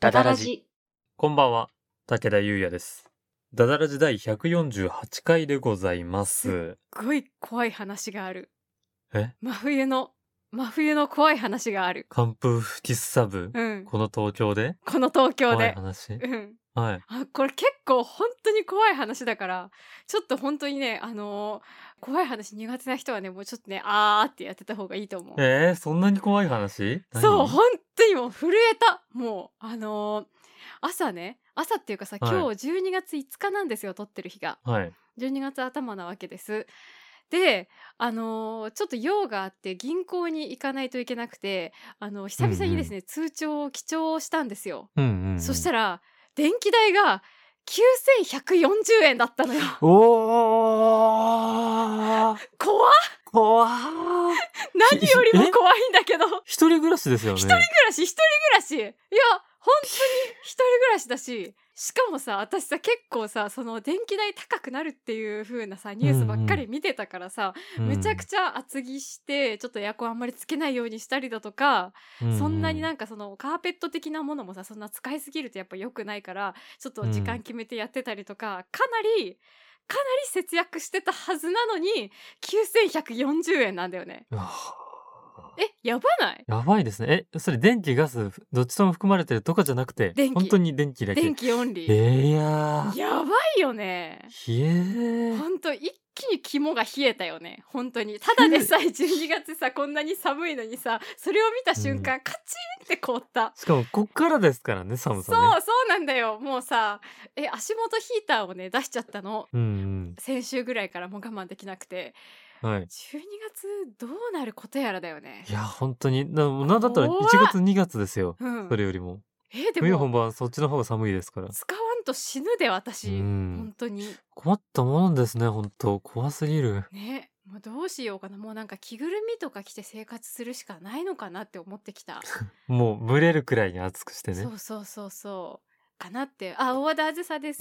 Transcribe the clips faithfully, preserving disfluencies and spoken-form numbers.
ダダラジ。 こんばんは、武田優也です。ダダラジ第ひゃくよんじゅうはちかいでございます。 すっごい怖い話がある。 え真冬の、真冬の怖い話がある。 寒風吹きすさぶ、 うん。 この東京でこの東京怖いで。 話うん。 はい。 あ、これ結構本当に怖い話だから、ちょっと本当にね、あのー怖い話苦手な人はね、もうちょっとね、あーってやってた方がいいと思う。 えー、そんなに怖い話そう、 何本当にもう震えた。もう、あのー朝ね、朝っていうかさ、 はい今日じゅうにがついつかなんですよ、撮ってる日が。 はい。 じゅうにがつ頭なわけです。で、あのーちょっと用があって銀行に行かないといけなくて、あの久々にですね、通帳を記帳したんですよ。 うんうん、うん。 そしたら電気代がきゅうせんひゃくよんじゅうえんだったのよ。 おー怖っ怖ー何よりも怖いんだけど。 一人暮らしですよね。 一人暮らし、一人暮らし。いや、本当に一人暮らしだし、しかもさ、私さ、結構さ、その電気代高くなるっていう風なさ、ニュースばっかり見てたからさ、 うんうん、 めちゃくちゃ厚着して、ちょっとエアコンあんまりつけないようにしたりだとか、 うんうん、 そんなになんかそのカーペット的なものもさ、そんな使いすぎるとやっぱ良くないから、ちょっと時間決めてやってたりとか、かなり、かなり節約してたはずなのに、きゅうせんひゃくよんじゅうえんなんだよね。え、やばない？ やばいですね。え、それ電気ガスどっちとも含まれてるとかじゃなくて、 電気本当に電気だけ。 電気オンリー。 えー、いやー。 やばいよね。 冷えー。 ほんと一気に肝が冷えたよね。本当に。ただでさえじゅうにがつさ、こんなに寒いのにさ、それを見た瞬間、うん、カチンって凍った。 しかもこっからですからね、寒さね。 そう、そうなんだよ。もうさ、え、足元ヒーターをね、出しちゃったの。 うんうん、 先週ぐらいからもう我慢できなくて。 はい、 じゅうにがつどうなることやらだよね。 いや本当にな、なんだったらいちがつにがつですよ、うん、それよりも。えでも冬本番そっちの方が寒いですから。 使わんと死ぬで私、うん、本当に困ったもんですね。本当怖すぎるね。もうどうしようかな。もうなんか着ぐるみとか着て生活するしかないのかなって思ってきた。 もう蒸れるくらいに熱くしてね。 そうそうそうそうかなって。あ、大和田あずさです。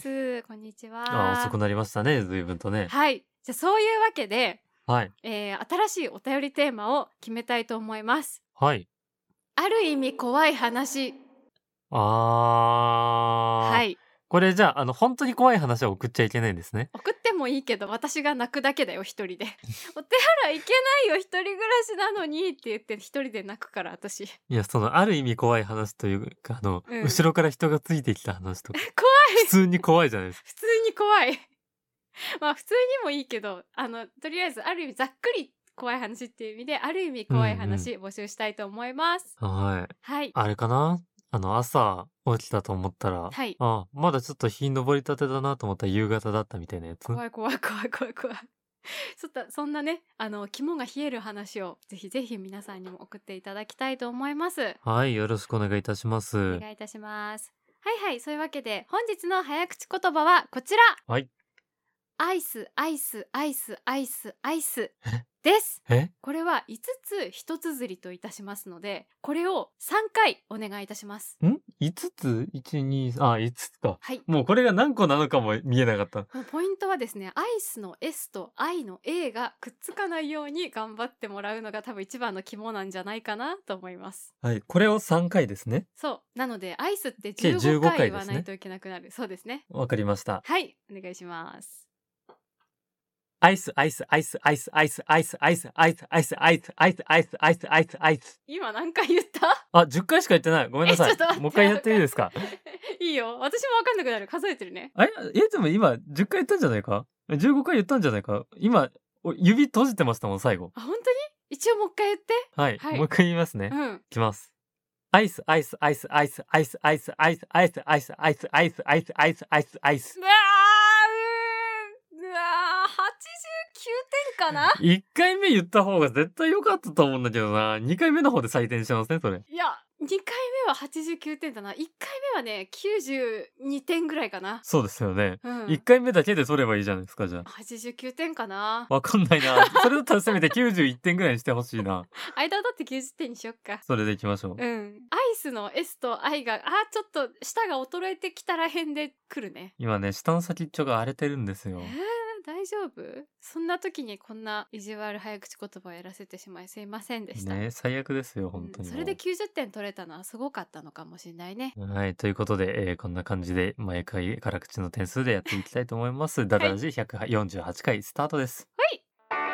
こんにちは。 あ、遅くなりましたね、随分とね。 はい。じゃあそういうわけで、 はい、 えー、新しいお便りテーマを決めたいと思います。 はい。 ある意味怖い話。 あー。 はい。 これじゃあ、あの、本当に怖い話は送っちゃいけないんですね。 送ってもいいけど、私が泣くだけだよ、一人で。お手洗い行けないよ、一人暮らしなのにって言って一人で泣くから、私。 いや、その、ある意味怖い話というか、あの、うん、後ろから人がついてきた話とか。 怖い普通に怖いじゃないですか。 普通に怖い。まあ、普通にもいいけど、あの、とりあえず、ある意味ざっくり怖い話っていう意味で、ある意味怖い話募集したいと思います。 うんうん、はい。 はい。 あれかな？あの、朝起きたと思ったら、 はい。 あ、まだちょっと日昇りたてだなと思ったら夕方だったみたいなやつ。 怖い怖い怖い怖い怖い。そったそんなね、あの肝が冷える話をぜひぜひ皆さんにも送っていただきたいと思います。 はい、よろしくお願いいたします。 お願いいたします。はいはい、そういうわけで本日の早口言葉はこちら。 はい。 アイスアイスアイスアイスアイスです。 え？ これはいつつ一綴りといたしますので、これをさんかいお願いいたします。 ん ?いつつ ?いち、に、あ、いつつか。 はい。 もうこれが何個なのかも見えなかった。 ポイントはですね、アイスの S と I の A がくっつかないように頑張ってもらうのが多分一番の肝なんじゃないかなと思います。 はい。これをさんかいですね。 そう。なので、アイスってじゅうごかい言わないといけなくなる。そうですね。 わかりました。 はい。お願いします。 アイス、アイス、アイス、アイス、アイス、アイス、アイス、アイス、アイス、アイス、アイス、アイス、アイス、アイス、アイス。 今何回言った？ あ、じゅっかいしか言ってない。ごめんなさい。もう一回やっていいですか？ いいよ。私もわかんなくなる。数えてるね。 え、え、でも今じゅっかい言ったんじゃないか？じゅうごかい言ったんじゃないか？今、指閉じてましたもん、最後。 あ、本当に？一応もう一回言って。 はい。はい、もう一回言いますね。 うん。 いきます。アイス、アイス、アイス、アイス、アイス、アイス、アイス、アイス、アイス、アイス、アイス、アイス、アイス、アイス、アイス。 うわー、うわー、はちじゅうきゅうてんかな？ いっかいめ言った方が絶対良かったと思うんだけどな。にかいめの方で採点してますね、それ。 いや、にかいめははちじゅうきゅうてんだな。いっかいめはね、きゅうじゅうにてんぐらいかな。 そうですよね。 うん、 いっかいめだけで取ればいいじゃないですか、じゃあ。 はちじゅうきゅうてんかな。 わかんないな。それだったらせめてきゅうじゅういってんぐらいにしてほしいな。 間だってきゅうじゅってんにしよっか。 それでいきましょう。 うん。アイスの S と I が、あ、ちょっと舌が衰えてきたら辺で来るね。 今ね、下の先っちょが荒れてるんですよ。 えー大丈夫？そんな時にこんな意地悪早口言葉をやらせてしまいすいませんでした。 ね、最悪ですよ本当に、 うん、それできゅうじゅってん取れたのはすごかったのかもしれないね。 はい、ということで、えーこんな感じで毎回辛口の点数でやっていきたいと思います。ダダラジひゃくよんじゅうはちかいスタートです。 はい。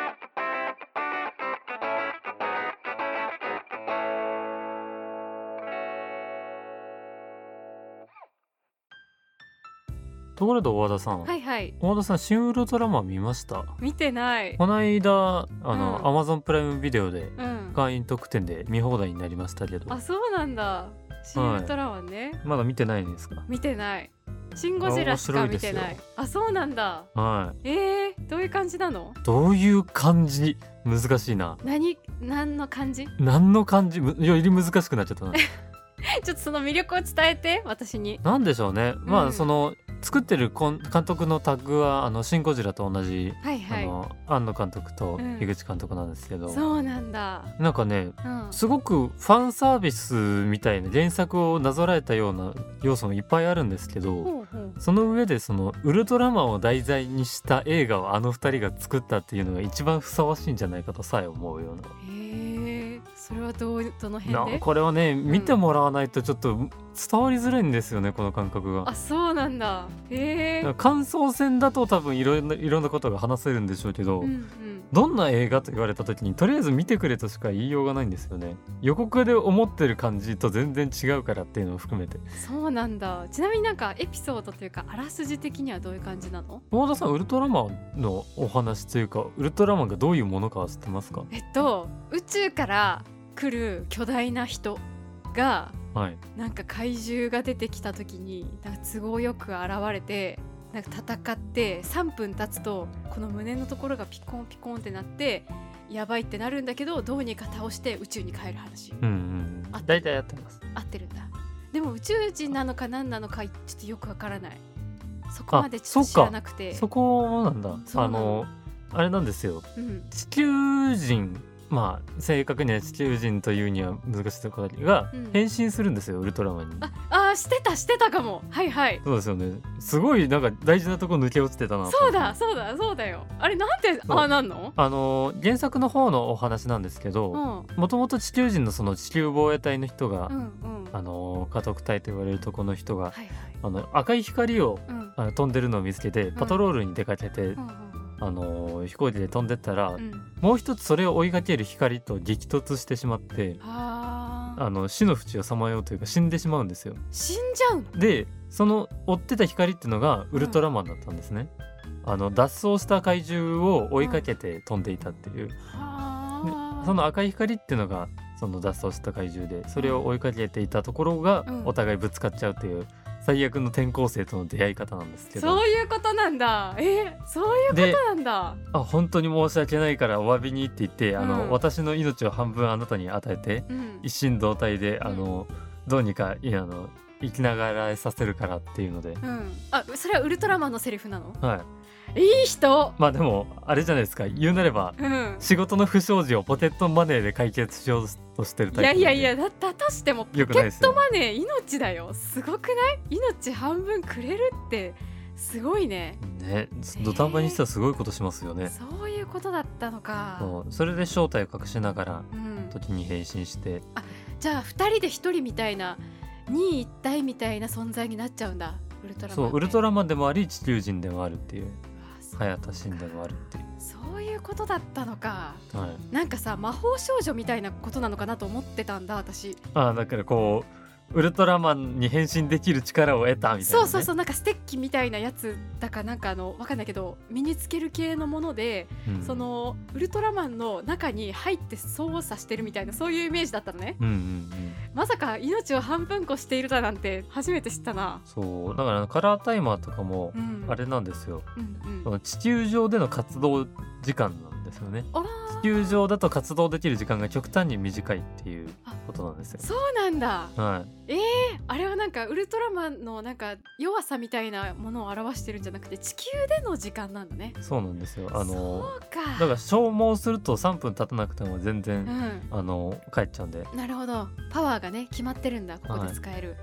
ところで大和田さん、 はいはい。 大和田さん、シン・ウルトラマン見ました？ 見てない。 この間あの、 うんアマゾンプライムビデオでうん。 会員特典で見放題になりましたけど、 あ、そうなんだ。シン・ウルトラマンね、 まだ見てないんですか？ 見てない。シン・ゴジラしか見てない。 面白いですあ、そうなんだ。 はえー、どういう感じなの？ い。どういう感じ？難しいな。 何何の感じ？ 何の感じ？むより難しくなっちゃったな。 ちょっとその魅力を伝えて私に。 なんでしょうね。まうんあその作ってるこん監督のタッグはあのシン・ゴジラと同じ、 はいはい。 あの庵野監督とうん樋口監督なんですけど、 そうなんだ。 なんかねうん。 すごくファンサービスみたいな原作をなぞらえたような要素もいっぱいあるんですけど、 ほうほう。 その上でそのウルトラマンを題材にした映画をあの二人が作ったっていうのが一番ふさわしいんじゃないかとさえ思うような。 へえ、それはどうどのな辺で？ これはね見てもらわないとちょっと伝わりづらいんですよね、この感覚が。 あ、そうなんだ。へえ。 感想戦だと多分いろんないろんなことが話せるんでしょうけど、 うんうん。 どんな映画と言われた時にとりあえず見てくれとしか言いようがないんですよね。予告で思ってる感じと全然違うからっていうのを含めて。 そうなんだ。ちなみになんかエピソードというかあらすじ的にはどういう感じなの？ 大田さん、ウルトラマンのお話というかウルトラマンがどういうものかは知ってますか？ えっと宇宙から来る巨大な人がはい。 なんか怪獣が出てきた時になんか都合よく現れてなんか戦ってさんぷん経つとこの胸のところがピコンピコンってなってやばいってなるんだけどどうにか倒して宇宙に帰る話。 うんうんあ。 大体やってます。 合ってるんだ。でも宇宙人なのか何なのかちょっとよくわからない。そこまでちょっと知らなくて。 そこなんだ。 そうなのあのあれなんですよ。 うん、 地球人、まあ正確には地球人というには難しいところだけどがうん変身するんですよ、ウルトラマンに。 ああしてたしてたかも。はいはい。 そうですよね。すごいなんか大事なとこ抜け落ちてたなとそう思って。 だそうだそうだよ。あれなんでそうああなんの？ あの原作の方のお話なんですけうんど、もともと地球人のその地球防衛隊の人が、 うんうん。 あの家督隊と言われるとこの人が、 はいはい。 あの赤い光をうんあの飛んでるのを見つけてパトロールに出かけて、 うんあの飛行機で飛んでったら、 うんうん。 もう一つそれを追いかける光と激突してしまってああ。 あの死の淵をさまようというか死んでしまうんですよ。 死んじゃうの？ でその追ってた光っていうのがウルトラマンだったんですね。あの脱走した怪獣を追いかけて飛んでいたっていう、 はあ。 その赤い光っていうのがその脱走した怪獣で、それを追いかけていたところがうんお互いぶつかっちゃうっていう最悪の転校生との出会い方なんですけど、 そういうことなんだ。えそういうことなんだ。 あ本当に申し訳ないからお詫びにって言ってあの、 うん私の命を半分あなたに与えてうん。 一心同体で、 んあのどうにかいやあの生きながらえさせるからっていうので、 うん。あそれはウルトラマンのセリフなの？ はい。 いい人。 まあでもあれじゃないですか、言うなればうん。 仕事の不祥事をポケットマネーで解決しようとしてるタイプいやいやいやだだとしてもポケよくないですよットマネー命だよ。すごくない？命半分くれるってすごいね。 ね。土壇場にしてはすごいことしますよね。 そういうことだったのか。 そうそれで正体を隠しながらうん。 時に変身して、 じゃあふたりでひとりみたいなにい一体みたいな存在になっちゃうんだウルトラマンって。 そうウルトラマンでもあり地球人でもあるっていう、 うわそう早田真でもあるっていう、 そういうことだったのか。 はい。 なんかさ魔法少女みたいなことなのかなと思ってたんだ私。 あだからこうウルトラマンに変身できる力を得たみたいな、ね、 そうそうそうなんかステッキみたいなやつだかなんかあのわかんないけど身につける系のもので、 うん、 そのウルトラマンの中に入って操作してるみたいなそういうイメージだったのね。 うんうんうんまさか命を半分こしているだなんて初めて知ったな。 そうだからカラータイマーとかもうん、 あれなんですよ、 うんうんその地球上での活動時間なんですよね。 あら地球上だと活動できる時間が極端に短いっていうことなんですよ。 そうなんだ。 はいあれはなんかウルトラマンのなんか弱さみたいなものを表してるんじゃなくて地球での時間なんだね。 そうなんですよ。あのそうか。 だから消耗するとさんぷん経たなくても全然、 うんあの帰っちゃうんで。 なるほどパワーがね決まってるんだここで使える、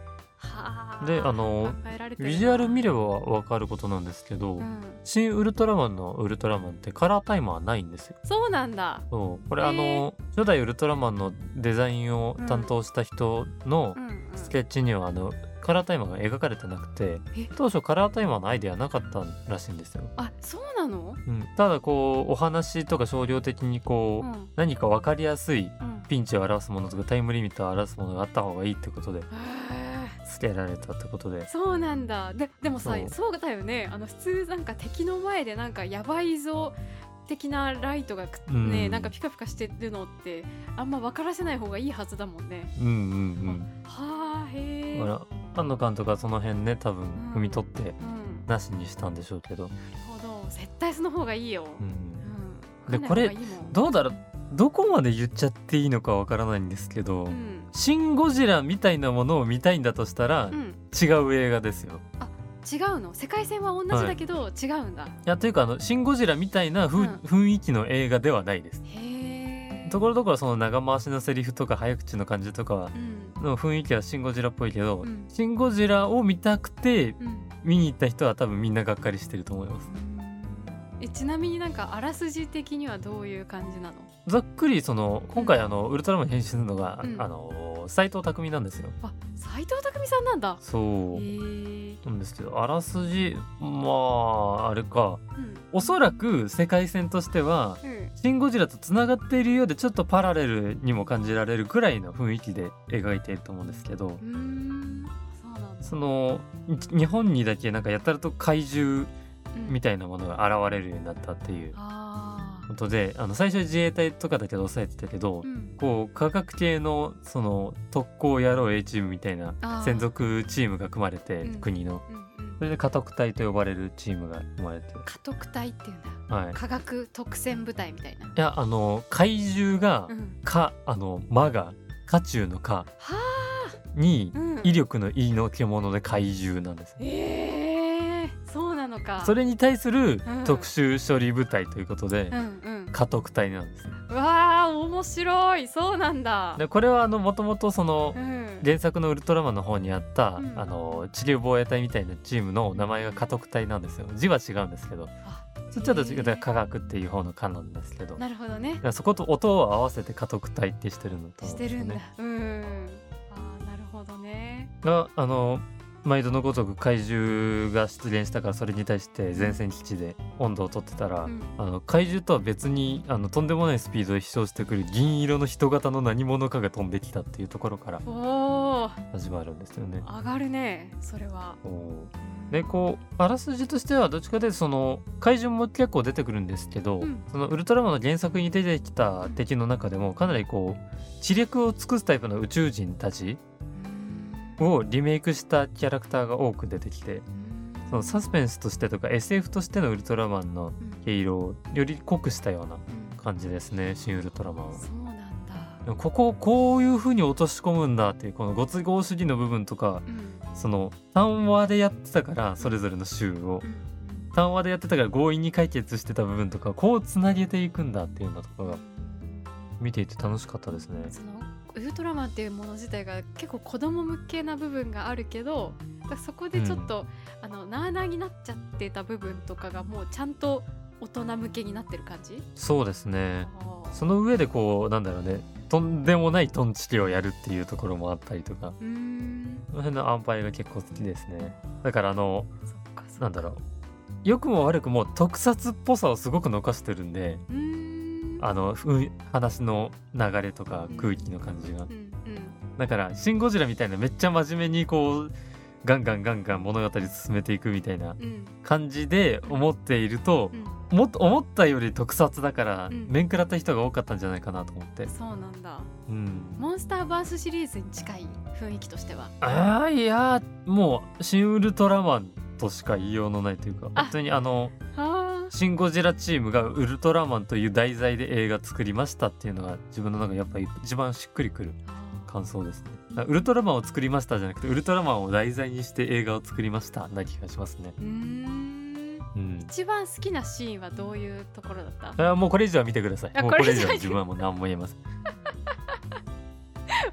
はあであの考えられてるなビジュアル見れば分かることなんですけど、 うん、 新ウルトラマンのウルトラマンってカラータイマーはないんですよ。 そうなんだ。 そうこれへーあの初代ウルトラマンのデザインを担当した人のうんうんスケッチにはあのカラータイマーが描かれてなくて、 え当初カラータイマーのアイデアなかったらしいんですよ。 あ、そうなの？ うん、ただこうお話とか少量的にこう、 うん何か分かりやすいうんピンチを表すものとかタイムリミットを表すものがあった方がいいってことでへー付けられたってことで、 そうなんだ。ででもさそうそうだよね。あの普通なんか敵の前でなんかやばいぞ的なライトがくね、 うんなんかピカピカしてるのってあんま分からせない方がいいはずだもんね。 うんうんはあ、へえ。 うん。だから庵野監督はその辺ね多分うん踏み取ってうん、 なしにしたんでしょうけど、 なるほど。絶対その方がいいよ。 うんうん、 でこれわかんない方がいいもんどうだろう、どこまで言っちゃっていいのかわからないんですけど、 うんシン・ゴジラみたいなものを見たいんだとしたら、 うん違う映画ですよ。 違うの？世界線は同じだけど、違うんだ。 いやというかあのシン・ゴジラみたいなふ、 うん雰囲気の映画ではないです。 へえ。 ところどころその長回しのセリフとか早口の感じとかはうんの雰囲気はシン・ゴジラっぽいけど、 うんシン・ゴジラを見たくてうん見に行った人は多分みんながっかりしてると思います。 えちなみになんかあらすじ的にはどういう感じなの？ ざっくりその今回あのウルトラマンに変身するのが、 うんあの斎藤工なんですよ。 あ、斎藤工さんなんだ。 そうへえ。 なんですけど、あらすじまああれか、 うんおそらく世界線としてはうんシン・ゴジラとつながっているようでちょっとパラレルにも感じられるくらいの雰囲気で描いていると思うんですけど、 うーん、そうなんだ。 そのに日本にだけなんかやたらと怪獣みたいなものが現れるようになったっていうああ。 ことで、あの最初は自衛隊とかだけど抑えてたけど、 うんこう科学系のその特攻野郎 A チームみたいなあー専属チームが組まれて、 うん国のうんうんそれで家督隊と呼ばれるチームが生まれて、 家督隊っていうんだ。 はい、い科学特戦部隊みたいな。 やあの怪獣がうん。 かあの魔が渦中のかはにあ。うん。 威力の威の獣で怪獣なんですよ。 ええ、そうなのか。 それに対するうん特殊処理部隊ということで、 うんうん。 家督隊なんですね。 うわあ、面白い。そうなんだ。 でこれはあのもともとそのうん。 原作のウルトラマンの方にあった、 うんあの地球防衛隊みたいなチームの名前が家督隊なんですよ。字は違うんですけど、 あそっちはどっちかというへと科学っていう方の科なんですけど、 ーなるほどねだ。からそこと音を合わせて家督隊ってしてるのと思してるんだうんですよね。。 うん。ああ、なるほどね。 があの毎度のごとく怪獣が出現したからそれに対して前線基地で温度を取ってたら、 うんあの怪獣とは別にあのとんでもないスピードで飛翔してくる銀色の人型の何者かが飛んできたっていうところからおお、 始まるんですよね。 上がるね。それは。 そうでこうあらすじとしてはどっちかというとその怪獣も結構出てくるんですけど、 うんそのウルトラマンの原作に出てきた敵の中でもかなりこう知力を尽くすタイプの宇宙人たちをリメイクしたキャラクターが多く出てきて、そのサスペンスとしてとか エスエフ としてのウルトラマンの毛色をより濃くしたような感じですね、新ウルトラマンは。 そうなんだ。 でもここをこういう風に落とし込むんだっていうこのご都合主義の部分とか、 うんその単話でやってたからそれぞれの州をうん単話でやってたから強引に解決してた部分とかこうつなげていくんだっていうのとかが見ていて楽しかったですね。 そのウルトラマンっていうもの自体が結構子供向けな部分があるけど、だからそこでちょっと、あのなあなあになっちゃってた部分とかがもうちゃんと大人向けになってる感じ。 そうですね。 あーその上でこうなんだろうね、とんでもないトンチキをやるっていうところもあったりとか、 うーん、 その辺の塩梅が結構好きですね。だからあのそっかそっか。 なんだろう、良くも悪くも特撮っぽさをすごく残してるんで、 うーん、 あのふ話の流れとか空気の感じが、 うんうんだからシン・ゴジラみたいなめっちゃ真面目にこうガンガンガンガン物語進めていくみたいなうん感じで思っていると、 うん、 もっと思ったより特撮だからうん面食らった人が多かったんじゃないかなと思って、 そうなんだ。 うん、 モンスターバースシリーズに近い雰囲気としては。 あーいやーもう新ウルトラマンとしか言いようのないというか、 あ本当にあのあシン・ゴジラチームがウルトラマンという題材で映画作りましたっていうのが自分の中でやっぱり一番しっくりくるあ感想ですね。ウルトラマンを作りましたじゃなくてウルトラマンを題材にして映画を作りましたな気がしますね。 うーん、 うん、 一番好きなシーンはどういうところだった？ あもうこれ以上は見てください。 あもうこれ以これ以上は上は自分はもう何も言えません。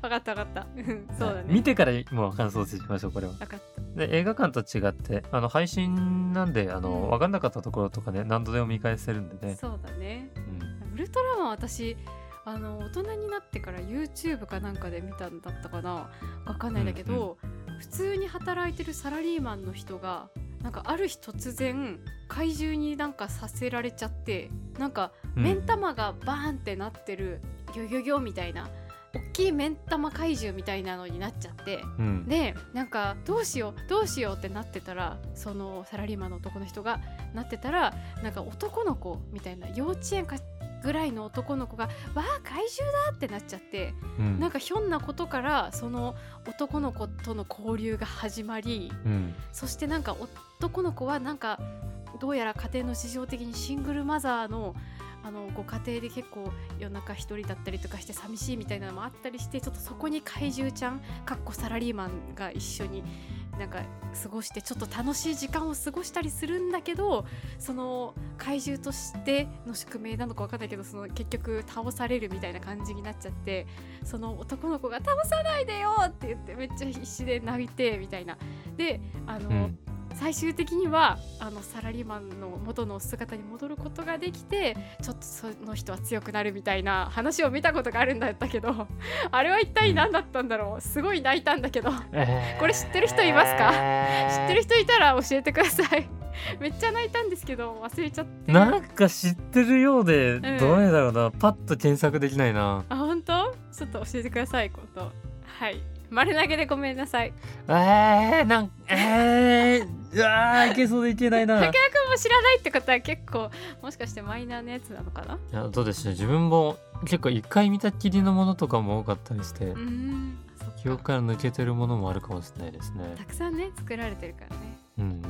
分かった分かったうんそうだね見てからもう感想しましょうこれは。 分かったで映画館と違ってあの配信なんであの、 うん分かんなかったところとかね何度でも見返せるんでね。 そうだねうんウルトラマン私あの大人になってから YouTube かなんかで見たんだったかなわかんないんだけど、うんうん、普通に働いてるサラリーマンの人がなんかある日突然怪獣になんかさせられちゃってなんか目ん玉がバーンってなってる、うん、ギョギョギョみたいな大きい目ん玉怪獣みたいなのになっちゃって、うん、でなんかどうしようどうしようってなってたらそのサラリーマンの男の人がなってたらなんか男の子みたいな幼稚園かぐらいの男の子がわあ怪獣だってなっちゃって、うん、なんかひょんなことからその男の子との交流が始まり、うん、そしてなんか男の子はなんかどうやら家庭の事情的にシングルマザーのあのご家庭で結構夜中一人だったりとかして寂しいみたいなのもあったりしてちょっとそこに怪獣ちゃんかっこサラリーマンが一緒になんか過ごしてちょっと楽しい時間を過ごしたりするんだけどその怪獣としての宿命なのか分かんないけどその結局倒されるみたいな感じになっちゃってその男の子が倒さないでよって言ってめっちゃ必死で泣いてみたいなであの、うん最終的にはあのサラリーマンの元の姿に戻ることができてちょっとその人は強くなるみたいな話を見たことがあるんだったけどあれは一体何だったんだろうすごい泣いたんだけど、えー、これ知ってる人いますか、えー、知ってる人いたら教えてくださいめっちゃ泣いたんですけど忘れちゃってなんか知ってるようで、うん、どれだろうなパッと検索できないなあ本当ちょっと教えてください今度はい丸投げでごめんなさいえー、なんえー、うわーいけそうでいけないな竹谷くんも知らないってことは結構もしかしてマイナーなやつなのかな。 いやそうですね自分も結構一回見たっきりのものとかも多かったりしてうーん記憶から抜けてるものもあるかもしれないですね。 たくさんね作られてるからねうんうん、はい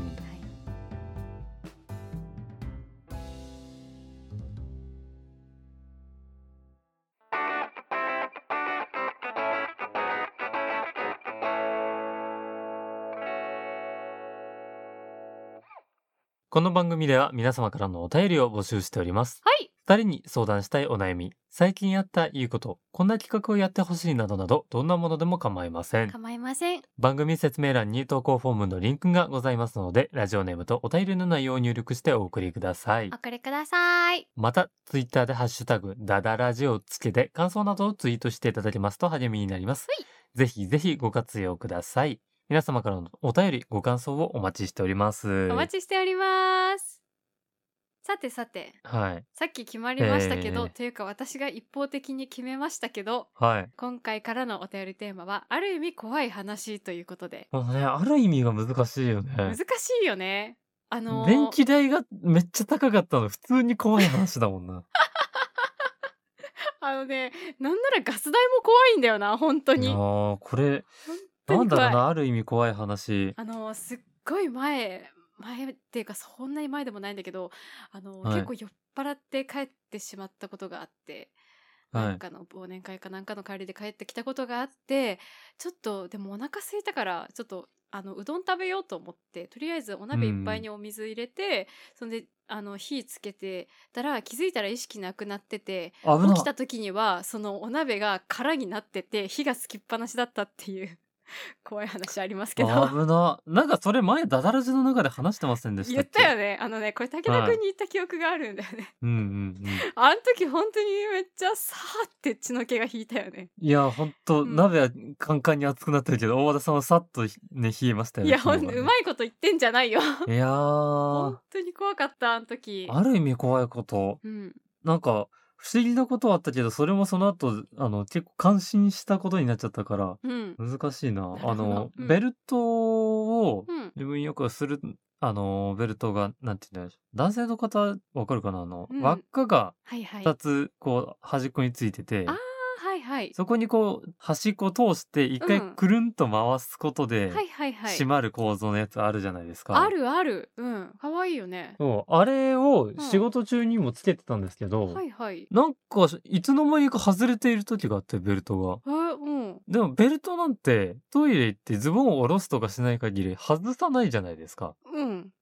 この番組では皆様からのお便りを募集しております。 はい。 ふたりに相談したいお悩み、最近あったいいこと、こんな企画をやってほしいなどなど、どんなものでも構いません。 構いません。 番組説明欄に投稿フォームのリンクがございますので、ラジオネームとお便りの内容を入力してお送りください。 お送りください。 また、ツイッターでハッシュタグ、ダダラジをつけて感想などをツイートしていただけますと励みになります。ぜひぜひご活用ください。皆様からのお便り、ご感想をお待ちしております。 お待ちしております。さてさて、 はい、 さっき決まりましたけど、えー、というか私が一方的に決めましたけど、 はい、 今回からのお便りテーマはある意味怖い話ということで、 もうね、ある意味が難しいよね。 難しいよね。あのー、 電気代がめっちゃ高かったの普通に怖い話だもんな。 あのね、なんならガス代も怖いんだよな本当に。 ああこれなんだろうなある意味怖い話。 あのー、すっごい前。前っていうかそんなに前でもないんだけどあの、はい、結構酔っ払って帰ってしまったことがあって、はい、なんかの忘年会かなんかの帰りで帰ってきたことがあってちょっとでもお腹空いたからちょっとあのうどん食べようと思ってとりあえずお鍋いっぱいにお水入れて、うん、そんであの火つけてたら気づいたら意識なくなってて起きた時にはそのお鍋が空になってて火がつきっぱなしだったっていう怖い話ありますけど危ななんかそれ前ダダラジの中で話してませんでしたっけ。 言ったよねあのねこれ武田くんに言った記憶があるんだよね、はい、 うんうんうんあの時本当にめっちゃさーって血の気が引いたよね。 いやほんと、うん、鍋はカンカンに熱くなってるけど大和田さんはさっとね冷えましたよね。 いやほんとうまいこと言ってんじゃないよいやー本当に怖かったあの時。 ある意味怖いこと、うん、なんか不思議なことはあったけどそれもその後あの結構感心したことになっちゃったから、うん、難しいな。あの、うん、ベルトを自分よくする、あのベルトがなんていうんだろう男性の方わかるかなあの、うん、輪っかがふたつこう端っこについてて、 あはいはい、 そこにこう端っこを通して一回くるんと回すことで、 はいはいはい、 閉まる構造のやつあるじゃないですか。 あるあるうんかわいいよね。 そうあれを仕事中にもつけてたんですけど、 うん、はいはいなんかいつの間にか外れている時があってベルトが。 えうん、 でもベルトなんてトイレ行ってズボンを下ろすとかしない限り外さないじゃないですか。 うん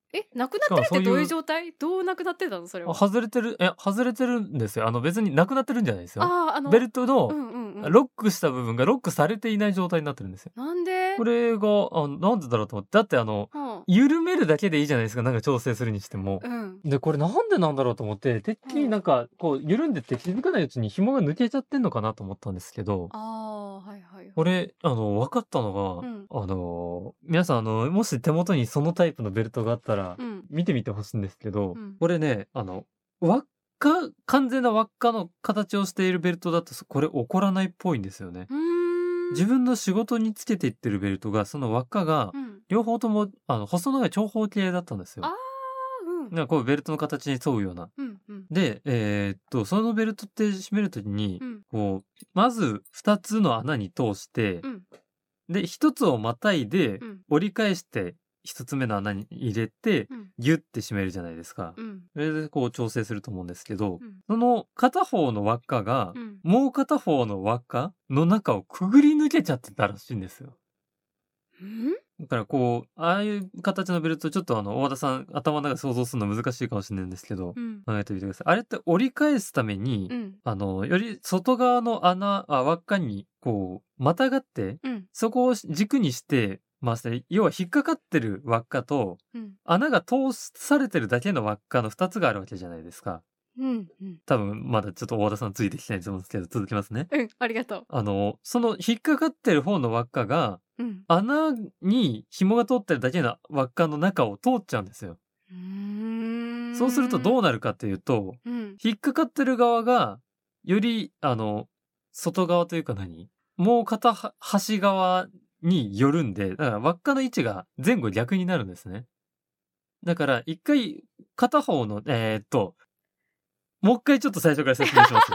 えなくなってるってどういう状態？どうなくなってたのそれは？ 外れてる、え外れてるんですよ。あの別になくなってるんじゃないですよ。 ああのベルトのうんうんうん、 ロックした部分がロックされていない状態になってるんですよ。 なんで？ これがあなんでだろうと思って、だってあの、 うん、 緩めるだけでいいじゃないですか、なんか調整するにしても。 うん、 でこれなんでなんだろうと思って、てっきりなんかこう緩んでって気づかないうちに紐が抜けちゃってんのかなと思ったんですけど、 ああはいはいはい。 これあの分かったのが、 うんあの皆さんあのもし手元にそのタイプのベルトがあったらうん見てみてほしいんですけど、 うんこれねあの輪っか完全な輪っかの形をしているベルトだとそこれ起こらないっぽいんですよね。 うーん自分の仕事につけていってるベルトがその輪っかがうん両方ともあの細長い長方形だったんですよ。 ああうんなんかこうベルトの形に沿うような。 うんうんで、えーっとそのベルトって締めるときに、 うんこうまずふたつの穴に通して、 うんでひとつをまたいでうん折り返してひとつめの穴に入れてうんギュッて締めるじゃないですか。 うんそれでこう調整すると思うんですけど、 うんその片方の輪っかが、 うんもう片方の輪っかの中をくぐり抜けちゃってたらしいんですよ。 うんだからこう、ああいう形のベルトちょっとあの、大和田さん頭の中で想像するの難しいかもしれないんですけど、 うん考えてみてください。あれって折り返すために、 うんあの、より外側の穴、あ、輪っかにこう、またがって、 うんそこを軸にして回して、要は引っかかってる輪っかと、 うん穴が通されてるだけの輪っかのふたつがあるわけじゃないですか。 うんうん多分まだちょっと大和田さんついてきてないと思うんですけど、続きますね。 うんありがとあの、その引っかかってる方の輪っかが、 ううん穴に紐が通ってるだけの輪っかの中を通っちゃうんですよ。 うーんそうするとどうなるかっていうと、 うん引っかかってる側が、より、あの、外側というか何もう片は端側に寄るんで、だから輪っかの位置が前後逆になるんですね。だから一回片方の、えーっと、もう一回ちょっと最初から説明しますね。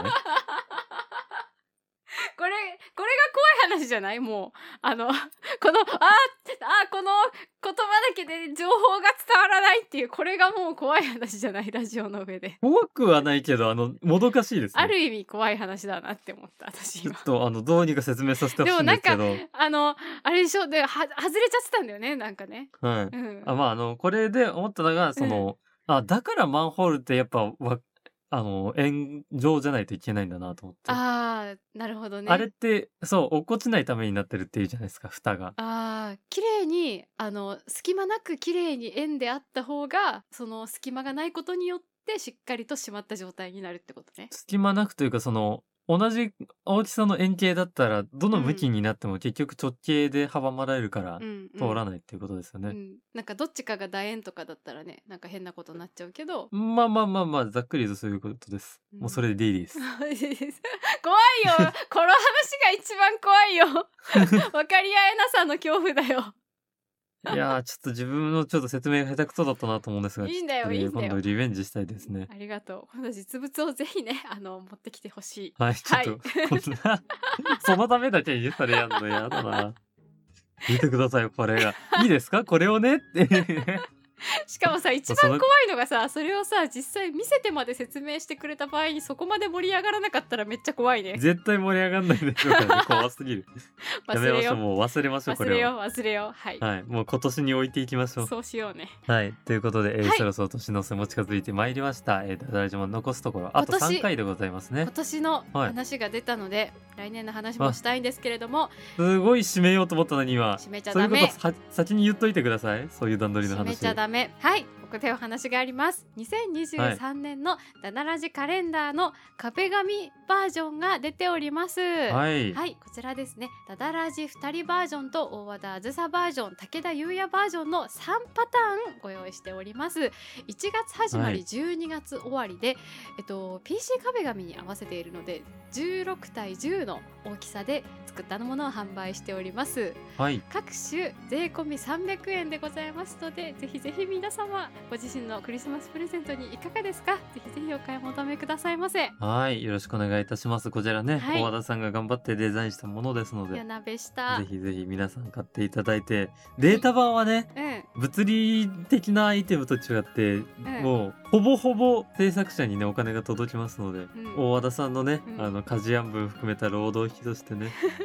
これこれが怖い話じゃないもうあのこのあーあーこの言葉だけで情報が伝わらないっていうこれがもう怖い話じゃないラジオの上で怖くはないけど、あの、もどかしいですね。 ある意味怖い話だなって思った私今ちょっと、あの、どうにか説明させてほしいんですけど。 あのあれでしょでは外れちゃってたんだよねなんかねはい。 うんあ、まあ、あの、これで思ったのが、その、あ、だからマンホールってやっぱ、わ、あの、円状じゃないといけないんだなと思って。ああーなるほどねれって、そう、落っこちないためになってるっていうじゃないですか、蓋が。 あー綺麗にあの隙間なく綺麗に円であった方がその隙間がないことによってしっかりと締まった状態になるってことね。 隙間なくというか、その、同じ大きさの円形だったら、どの向きになっても結局直径で阻まれるからう、んうん通らないっていうことですよね。 うん、なんかどっちかが楕円とかだったらねなんか変なことになっちゃうけどまあまあまあまあ、ざっくり言うとそういうことです。 うんもうそれでいいです。 怖いよこの話が一番怖いよ分かり合えなさの恐怖だよいやー、ちょっと自分のちょっと説明が下手くそだったなと思うんですが、 いいんだよちょっとねいいんだよ今度リベンジしたいですね。 ありがとう今度実物をぜひねあの持ってきてほしいはい、ちょっと、 はいこんな、そのためだけにそれやんのやだな。見てくださいよ、これが。いいですかこれをねって。 しかもさ一番怖いのがさそれをさ実際見せてまで説明してくれた場合にそこまで盛り上がらなかったらめっちゃ怖いね絶対盛り上がんないでしょうからね、怖すぎる。や忘れようめましょう、もう忘れましょう、こ忘れようれは。 忘れようはい、 はい、もう今年に置いていきましょう。 そうしようねはい、ということで、えーはいそろそろ年の瀬も近づいてまいりました。えー、ダダラジも残すところ、あと今年さんかいでございますね今。年のはい話が出たので、来年の話もしたいんですけれどもすごい締めようと思ったのに今。 締めちゃそういうこダメとは先に言っといてください。そういう段取りの話。 締めちゃダメはいここでお話がありますにせんにじゅうさんねんのダダラジカレンダーの壁紙バージョンが出ておりますはい。 はい、こちらですねダダラジふたりバージョンと大和田あずさバージョン武田優也バージョンのさんパターンご用意しておりますいちがつ始まはいりじゅうにがつ終わりで、えっと、ピーシー 壁紙に合わせているのでじゅうろくたいじゅうの大きさで作ったものを販売しておりますはい。 各種税込みさんびゃくえんでございますのでぜひぜひ皆様ご自身のクリスマスプレゼントにいかがですかぜひぜひお買い求めくださいませはい。よろしくお願いいたします。こちらね、 はい大和田さんが頑張ってデザインしたものですので、 夜鍋したぜひぜひ皆さん買っていただいて、データ版はね、 うん物理的なアイテムと違って、 んもうほぼほぼ制作者にねお金が届きますので、 うん大和田さんのね、 うんあの家事案分含めた労働費としてね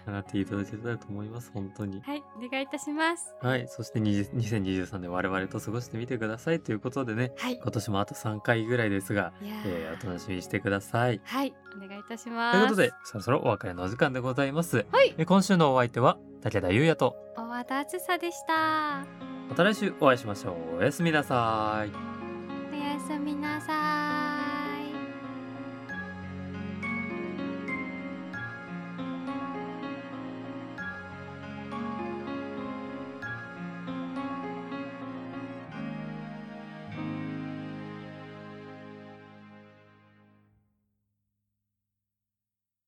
なっていただけたらと思います。本当に。 はい、お願いいたします。 はい、そしてにじにせんにじゅうさんねん我々と過ごしてみてくださいということでね、 はい。 今年もあとさんかいぐらいですが、 いやーえーお楽しみにしてください。 はい、お願いいたします。 ということで、そろそろお別れのお時間でございます。 はい、 え今週のお相手は武田優也と、 大和田あずさでした。 また来週お会いしましょう。おやすみなさい。 おやすみなさい。